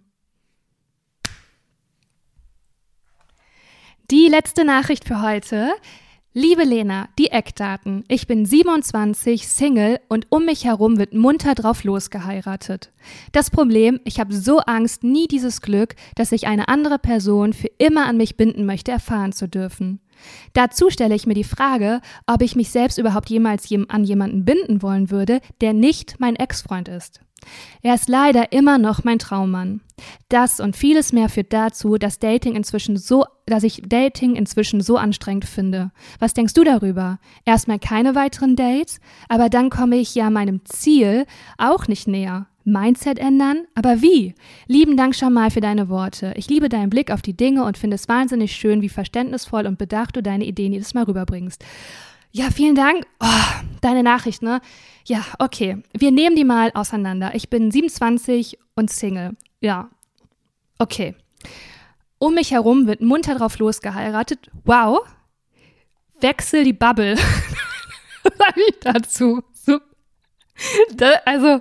Die letzte Nachricht für heute. Liebe Lena, die Eckdaten. Ich bin siebenundzwanzig, Single, und um mich herum wird munter drauf losgeheiratet. Das Problem, ich habe so Angst, nie dieses Glück, dass sich eine andere Person für immer an mich binden möchte, erfahren zu dürfen. Dazu stelle ich mir die Frage, ob ich mich selbst überhaupt jemals an jemanden binden wollen würde, der nicht mein Ex-Freund ist. Er ist leider immer noch mein Traummann. Das und vieles mehr führt dazu, dass Dating inzwischen so, dass ich Dating inzwischen so anstrengend finde. Was denkst du darüber? Erstmal keine weiteren Dates, aber dann komme ich ja meinem Ziel auch nicht näher. Mindset ändern? Aber wie? Lieben Dank schon mal für deine Worte. Ich liebe deinen Blick auf die Dinge und finde es wahnsinnig schön, wie verständnisvoll und bedacht du deine Ideen jedes Mal rüberbringst. Ja, vielen Dank. Oh, deine Nachricht, ne? Ja, okay. Wir nehmen die mal auseinander. Ich bin siebenundzwanzig und Single. Ja, okay. Um mich herum wird munter drauf losgeheiratet. Wow. Wechsel die Bubble. Was sage ich dazu? So. Da, also,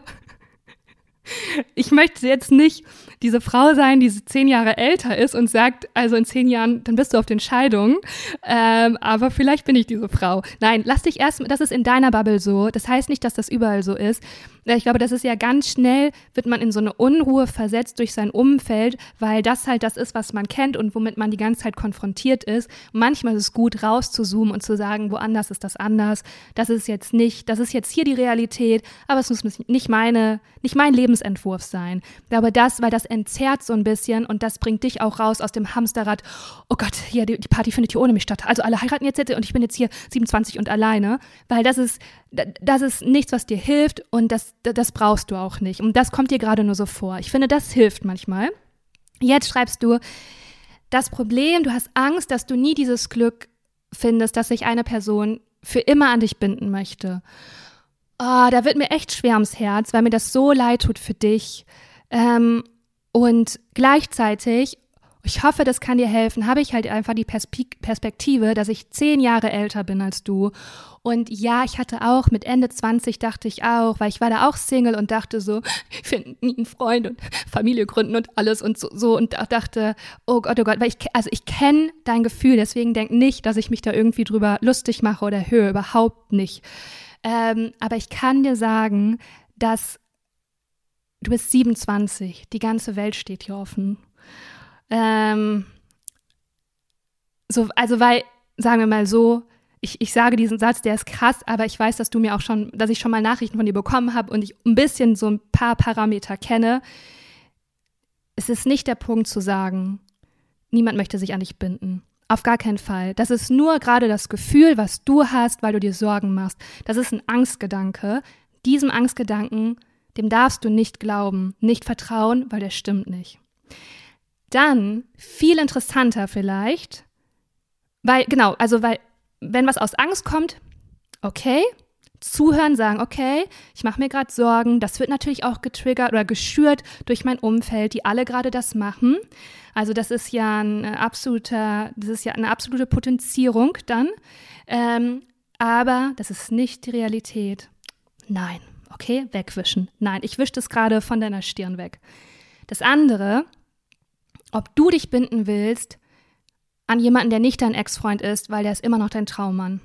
ich möchte jetzt nicht diese Frau sein, die zehn Jahre älter ist und sagt, also in zehn Jahren, dann bist du auf den Scheidungen, ähm, aber vielleicht bin ich diese Frau. Nein, lass dich erst, das ist in deiner Bubble so, das heißt nicht, dass das überall so ist. Ich glaube, das ist ja ganz schnell, wird man in so eine Unruhe versetzt durch sein Umfeld, weil das halt das ist, was man kennt und womit man die ganze Zeit konfrontiert ist. Manchmal ist es gut, rauszuzoomen und zu sagen, woanders ist das anders. Das ist jetzt nicht, das ist jetzt hier die Realität, aber es muss nicht meine, nicht mein Lebensentwurf sein. Aber das, weil das entzerrt so ein bisschen und das bringt dich auch raus aus dem Hamsterrad. Oh Gott, hier, die, die Party findet hier ohne mich statt. Also alle heiraten jetzt, jetzt und ich bin jetzt hier siebenundzwanzig und alleine, weil das ist, das ist nichts, was dir hilft und das, das brauchst du auch nicht. Und das kommt dir gerade nur so vor. Ich finde, das hilft manchmal. Jetzt schreibst du, das Problem, du hast Angst, dass du nie dieses Glück findest, dass sich eine Person für immer an dich binden möchte. Oh, da wird mir echt schwer ums Herz, weil mir das so leid tut für dich. Ähm, und gleichzeitig, ich hoffe, das kann dir helfen, habe ich halt einfach die Perspe- Perspektive, dass ich zehn Jahre älter bin als du. Und ja, ich hatte auch mit Ende zwanzig, dachte ich auch, weil ich war da auch Single und dachte so, ich finde nie einen Freund und Familie gründen und alles und so, so und dachte, oh Gott, oh Gott, weil ich, also ich kenne dein Gefühl, deswegen denk nicht, dass ich mich da irgendwie drüber lustig mache oder erhöhe, überhaupt nicht. Ähm, aber ich kann dir sagen, dass du bist siebenundzwanzig, die ganze Welt steht hier offen. Ähm, so, also weil, sagen wir mal so, ich, ich sage diesen Satz, der ist krass, aber ich weiß, dass du mir auch schon, dass ich schon mal Nachrichten von dir bekommen habe und ich ein bisschen so ein paar Parameter kenne. Es ist nicht der Punkt zu sagen, niemand möchte sich an dich binden. Auf gar keinen Fall. Das ist nur gerade das Gefühl, was du hast, weil du dir Sorgen machst. Das ist ein Angstgedanke. Diesem Angstgedanken, dem darfst du nicht glauben, nicht vertrauen, weil der stimmt nicht. Dann, viel interessanter vielleicht, weil, genau, also weil, wenn was aus Angst kommt, okay, zuhören, sagen, okay, ich mache mir gerade Sorgen, das wird natürlich auch getriggert oder geschürt durch mein Umfeld, die alle gerade das machen. Also das ist ja ein absoluter, das ist ja eine absolute Potenzierung dann, ähm, aber das ist nicht die Realität. Nein, okay, wegwischen. Nein, ich wische das gerade von deiner Stirn weg. Das andere, ob du dich binden willst an jemanden, der nicht dein Ex-Freund ist, weil der ist immer noch dein Traummann.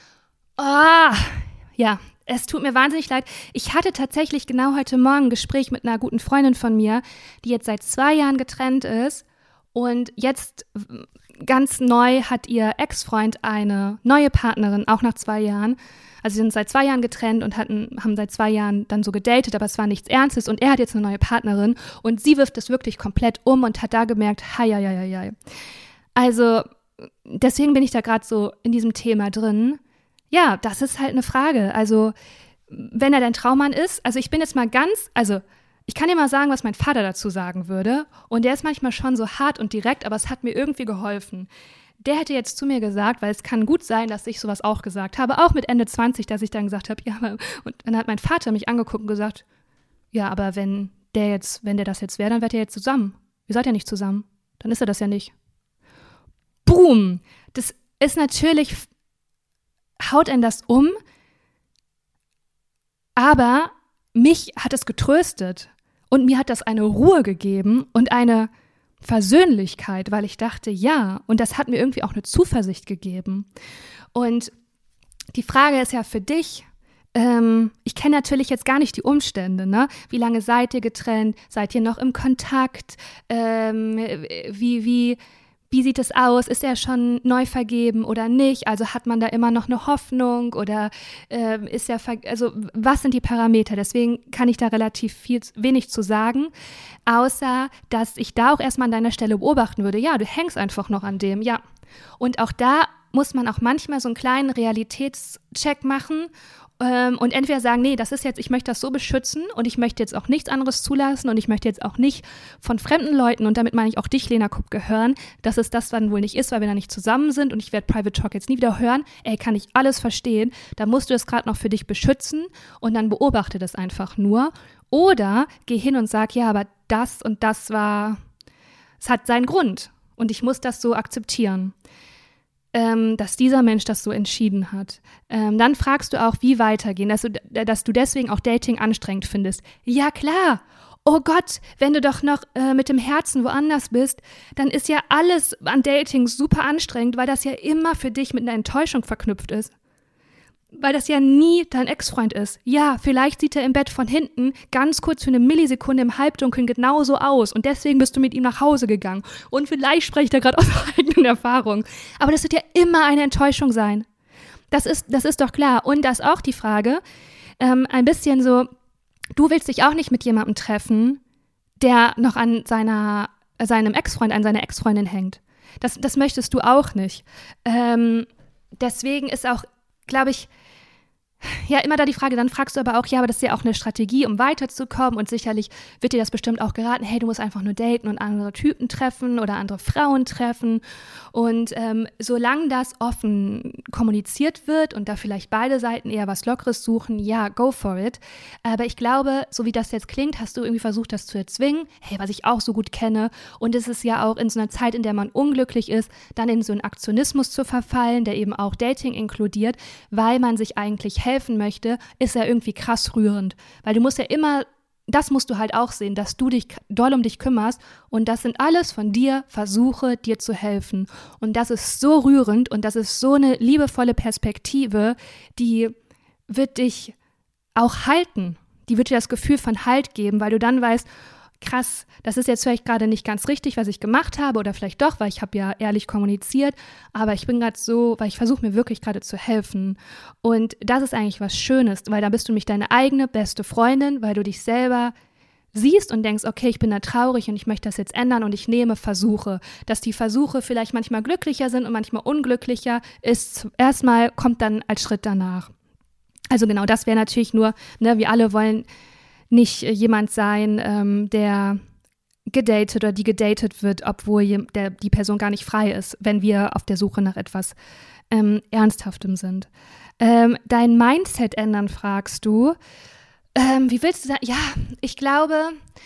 Ah, ja, es tut mir wahnsinnig leid. Ich hatte tatsächlich genau heute Morgen ein Gespräch mit einer guten Freundin von mir, die jetzt seit zwei Jahren getrennt ist und jetzt ganz neu hat ihr Ex-Freund eine neue Partnerin, auch nach zwei Jahren. Also sie sind seit zwei Jahren getrennt und hatten, haben seit zwei Jahren dann so gedatet, aber es war nichts Ernstes und er hat jetzt eine neue Partnerin und sie wirft das wirklich komplett um und hat da gemerkt, hei, hei, hei, hei. Also deswegen bin ich da gerade so in diesem Thema drin. Ja, das ist halt eine Frage. Also wenn er dein Traummann ist, also ich bin jetzt mal ganz, also ich kann dir mal sagen, was mein Vater dazu sagen würde und der ist manchmal schon so hart und direkt, aber es hat mir irgendwie geholfen. Der hätte jetzt zu mir gesagt, weil es kann gut sein, dass ich sowas auch gesagt habe, auch mit Ende zwanzig, dass ich dann gesagt habe, ja, und dann hat mein Vater mich angeguckt und gesagt, ja, aber wenn der jetzt, wenn der das jetzt wäre, dann wärt ihr jetzt zusammen. Ihr seid ja nicht zusammen. Dann ist er das ja nicht. Boom! Das ist natürlich, haut einen das um, aber mich hat es getröstet und mir hat das eine Ruhe gegeben und eine Versöhnlichkeit, weil ich dachte, ja, und das hat mir irgendwie auch eine Zuversicht gegeben. Und die Frage ist ja für dich, ähm, ich kenne natürlich jetzt gar nicht die Umstände, ne? Wie lange seid ihr getrennt? Seid ihr noch im Kontakt? Ähm, wie, wie, wie sieht es aus? Ist er schon neu vergeben oder nicht? Also hat man da immer noch eine Hoffnung oder äh, ist er, ver- also was sind die Parameter? Deswegen kann ich da relativ viel, wenig zu sagen, außer, dass ich da auch erstmal an deiner Stelle beobachten würde. Ja, du hängst einfach noch an dem, ja. Und auch da muss man auch manchmal so einen kleinen Realitätscheck machen und entweder sagen, nee, das ist jetzt, ich möchte das so beschützen und ich möchte jetzt auch nichts anderes zulassen und ich möchte jetzt auch nicht von fremden Leuten, und damit meine ich auch dich, Lena Kupp, gehören, dass es das dann wohl nicht ist, weil wir da nicht zusammen sind und ich werde Private Talk jetzt nie wieder hören. Ey, kann ich alles verstehen. Da musst du das gerade noch für dich beschützen und dann beobachte das einfach nur. Oder geh hin und sag, ja, aber das und das war, es hat seinen Grund und ich muss das so akzeptieren. Ähm, dass dieser Mensch das so entschieden hat. Ähm, dann fragst du auch, wie weitergehen, dass du, dass du deswegen auch Dating anstrengend findest. Ja, klar. Oh Gott, wenn du doch noch äh, mit dem Herzen woanders bist, dann ist ja alles an Dating super anstrengend, weil das ja immer für dich mit einer Enttäuschung verknüpft ist. Weil das ja nie dein Ex-Freund ist. Ja, vielleicht sieht er im Bett von hinten ganz kurz für eine Millisekunde im Halbdunkeln genauso aus und deswegen bist du mit ihm nach Hause gegangen. Und vielleicht spricht er gerade aus eigenen Erfahrung. Aber das wird ja immer eine Enttäuschung sein. Das ist, das ist doch klar. Und da ist auch die Frage, ähm, ein bisschen so, du willst dich auch nicht mit jemandem treffen, der noch an seiner, seinem Ex-Freund, an seiner Ex-Freundin hängt. Das, das möchtest du auch nicht. Ähm, deswegen ist auch, glaube ich, ja, immer da die Frage, dann fragst du aber auch, ja, aber das ist ja auch eine Strategie, um weiterzukommen und sicherlich wird dir das bestimmt auch geraten, hey, du musst einfach nur daten und andere Typen treffen oder andere Frauen treffen und ähm, solange das offen kommuniziert wird und da vielleicht beide Seiten eher was Lockeres suchen, ja, go for it, aber ich glaube, so wie das jetzt klingt, hast du irgendwie versucht, das zu erzwingen, hey, was ich auch so gut kenne und es ist ja auch in so einer Zeit, in der man unglücklich ist, dann in so einen Aktionismus zu verfallen, der eben auch Dating inkludiert, weil man sich eigentlich helfen möchte, ist ja irgendwie krass rührend. Weil du musst ja immer, das musst du halt auch sehen, dass du dich doll um dich kümmerst und das sind alles von dir Versuche, dir zu helfen. Und das ist so rührend und das ist so eine liebevolle Perspektive, die wird dich auch halten. Die wird dir das Gefühl von Halt geben, weil du dann weißt, krass, das ist jetzt vielleicht gerade nicht ganz richtig, was ich gemacht habe oder vielleicht doch, weil ich habe ja ehrlich kommuniziert, aber ich bin gerade so, weil ich versuche mir wirklich gerade zu helfen und das ist eigentlich was Schönes, weil da bist du nämlich deine eigene beste Freundin, weil du dich selber siehst und denkst, okay, ich bin da traurig und ich möchte das jetzt ändern und ich nehme Versuche, dass die Versuche vielleicht manchmal glücklicher sind und manchmal unglücklicher ist, erstmal kommt dann als Schritt danach. Also genau, das wäre natürlich nur, ne, wir alle wollen nicht jemand sein, ähm, der gedatet oder die gedatet wird, obwohl je, der, die Person gar nicht frei ist, wenn wir auf der Suche nach etwas ähm, Ernsthaftem sind. Ähm, dein Mindset ändern, fragst du. Ähm, wie willst du das? Ja, ich glaube,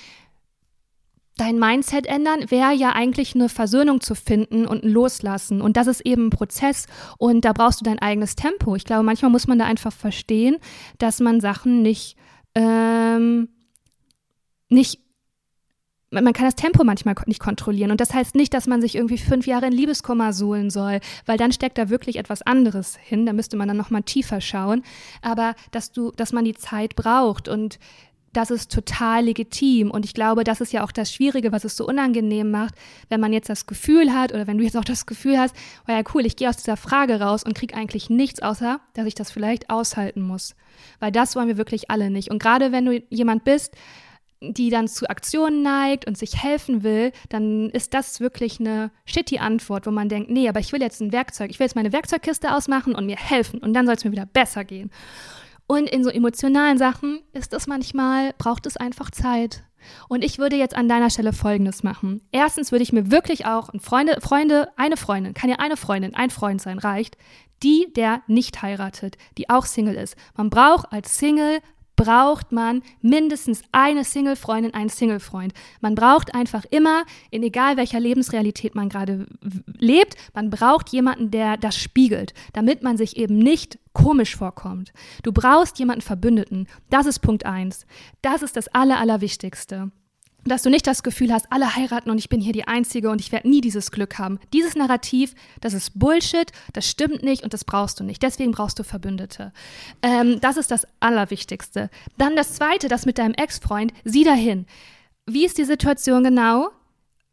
dein Mindset ändern wäre ja eigentlich eine Versöhnung zu finden und ein Loslassen. Und das ist eben ein Prozess und da brauchst du dein eigenes Tempo. Ich glaube, manchmal muss man da einfach verstehen, dass man Sachen nicht Ähm, nicht, man kann das Tempo manchmal nicht kontrollieren und das heißt nicht, dass man sich irgendwie fünf Jahre in Liebeskummer suhlen soll, weil dann steckt da wirklich etwas anderes hin, da müsste man dann nochmal tiefer schauen, aber dass du, dass man die Zeit braucht und das ist total legitim und ich glaube, das ist ja auch das Schwierige, was es so unangenehm macht, wenn man jetzt das Gefühl hat oder wenn du jetzt auch das Gefühl hast, oh ja cool, ich gehe aus dieser Frage raus und kriege eigentlich nichts, außer dass ich das vielleicht aushalten muss, weil das wollen wir wirklich alle nicht und gerade wenn du jemand bist, die dann zu Aktionen neigt und sich helfen will, dann ist das wirklich eine shitty Antwort, wo man denkt, nee, aber ich will jetzt ein Werkzeug, ich will jetzt meine Werkzeugkiste ausmachen und mir helfen und dann soll es mir wieder besser gehen. Und in so emotionalen Sachen ist es manchmal, braucht es einfach Zeit. Und ich würde jetzt an deiner Stelle Folgendes machen. Erstens würde ich mir wirklich auch ein Freunde, Freunde, eine Freundin, kann ja eine Freundin, ein Freund sein, reicht, die, der nicht heiratet, die auch Single ist. Man braucht als Single braucht man mindestens eine Single-Freundin, einen Single-Freund. Man braucht einfach immer, in egal welcher Lebensrealität man gerade lebt, man braucht jemanden, der das spiegelt, damit man sich eben nicht komisch vorkommt. Du brauchst jemanden Verbündeten. Das ist Punkt eins. Das ist das Aller, Allerwichtigste. Dass du nicht das Gefühl hast, alle heiraten und ich bin hier die Einzige und ich werde nie dieses Glück haben. Dieses Narrativ, das ist Bullshit, das stimmt nicht und das brauchst du nicht. Deswegen brauchst du Verbündete. Ähm, das ist das Allerwichtigste. Dann das Zweite, das mit deinem Ex-Freund, sieh dahin. Wie ist die Situation genau?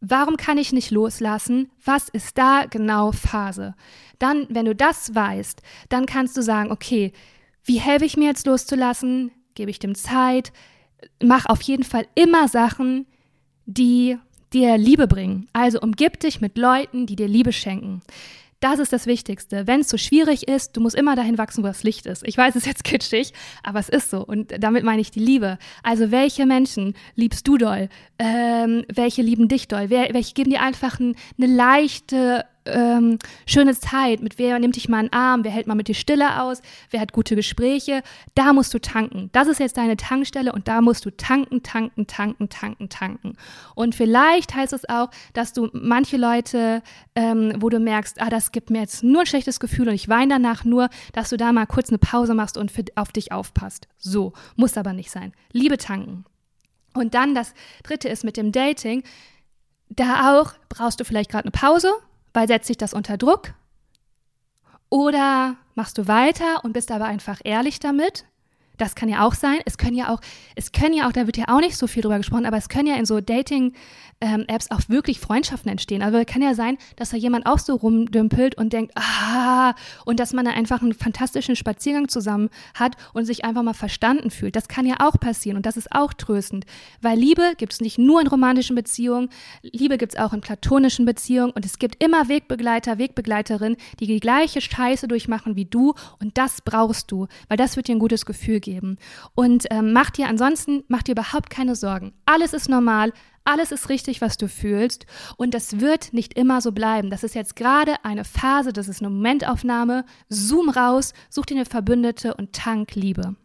Warum kann ich nicht loslassen? Was ist da genau Phase? Dann, wenn du das weißt, dann kannst du sagen, okay, wie helfe ich mir jetzt loszulassen? Gebe ich dem Zeit? Mach auf jeden Fall immer Sachen, die dir Liebe bringen. Also umgib dich mit Leuten, die dir Liebe schenken. Das ist das Wichtigste. Wenn es so schwierig ist, du musst immer dahin wachsen, wo das Licht ist. Ich weiß, es ist jetzt kitschig, aber es ist so. Und damit meine ich die Liebe. Also welche Menschen liebst du doll? Ähm, welche lieben dich doll? Wer, welche geben dir einfach ein, eine leichte, ähm, schöne Zeit? Mit wer nimmt dich mal einen Arm? Wer hält mal mit dir Stille aus? Wer hat gute Gespräche? Da musst du tanken. Das ist jetzt deine Tankstelle und da musst du tanken, tanken, tanken, tanken, tanken. Und vielleicht heißt es auch, dass du manche Leute, ähm, wo du merkst, ah, das gibt mir jetzt nur ein schlechtes Gefühl und ich weine danach nur, dass du da mal kurz eine Pause machst und für, auf dich aufpasst. So, muss aber nicht sein. Liebe tanken. Und dann das Dritte ist mit dem Dating, da auch brauchst du vielleicht gerade eine Pause, weil setzt sich das unter Druck oder machst du weiter und bist aber einfach ehrlich damit. Das kann ja auch sein. Es können ja auch, es können ja auch, da wird ja auch nicht so viel drüber gesprochen, aber es können ja in so Dating-Apps auch wirklich Freundschaften entstehen. Also es kann ja sein, dass da jemand auch so rumdümpelt und denkt, ah, und dass man da einfach einen fantastischen Spaziergang zusammen hat und sich einfach mal verstanden fühlt. Das kann ja auch passieren und das ist auch tröstend, weil Liebe gibt es nicht nur in romantischen Beziehungen, Liebe gibt es auch in platonischen Beziehungen und es gibt immer Wegbegleiter, Wegbegleiterinnen, die die gleiche Scheiße durchmachen wie du und das brauchst du, weil das wird dir ein gutes Gefühl geben. Und ähm, mach dir ansonsten, mach dir überhaupt keine Sorgen. Alles ist normal, alles ist richtig, was du fühlst und das wird nicht immer so bleiben. Das ist jetzt gerade eine Phase, das ist eine Momentaufnahme. Zoom raus, such dir eine Verbündete und tank Liebe.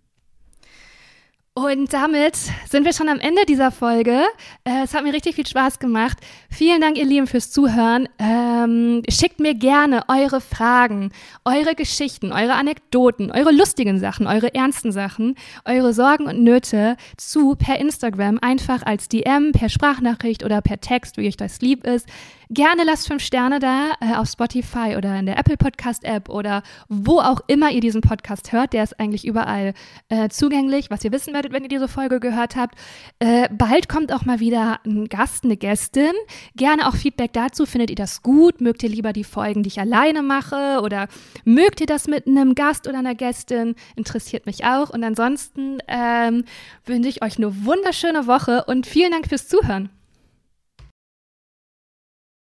Und damit sind wir schon am Ende dieser Folge. Äh, es hat mir richtig viel Spaß gemacht. Vielen Dank, ihr Lieben, fürs Zuhören. Ähm, schickt mir gerne eure Fragen, eure Geschichten, eure Anekdoten, eure lustigen Sachen, eure ernsten Sachen, eure Sorgen und Nöte zu per Instagram, einfach als D M, per Sprachnachricht oder per Text, wie euch das lieb ist. Gerne lasst fünf Sterne da äh, auf Spotify oder in der Apple Podcast App oder wo auch immer ihr diesen Podcast hört. Der ist eigentlich überall äh, zugänglich, was ihr wissen werdet, wenn ihr diese Folge gehört habt. Äh, bald kommt auch mal wieder ein Gast, eine Gästin. Gerne auch Feedback dazu. Findet ihr das gut? Mögt ihr lieber die Folgen, die ich alleine mache? Oder mögt ihr das mit einem Gast oder einer Gästin? Interessiert mich auch. Und ansonsten ähm, wünsche ich euch eine wunderschöne Woche und vielen Dank fürs Zuhören.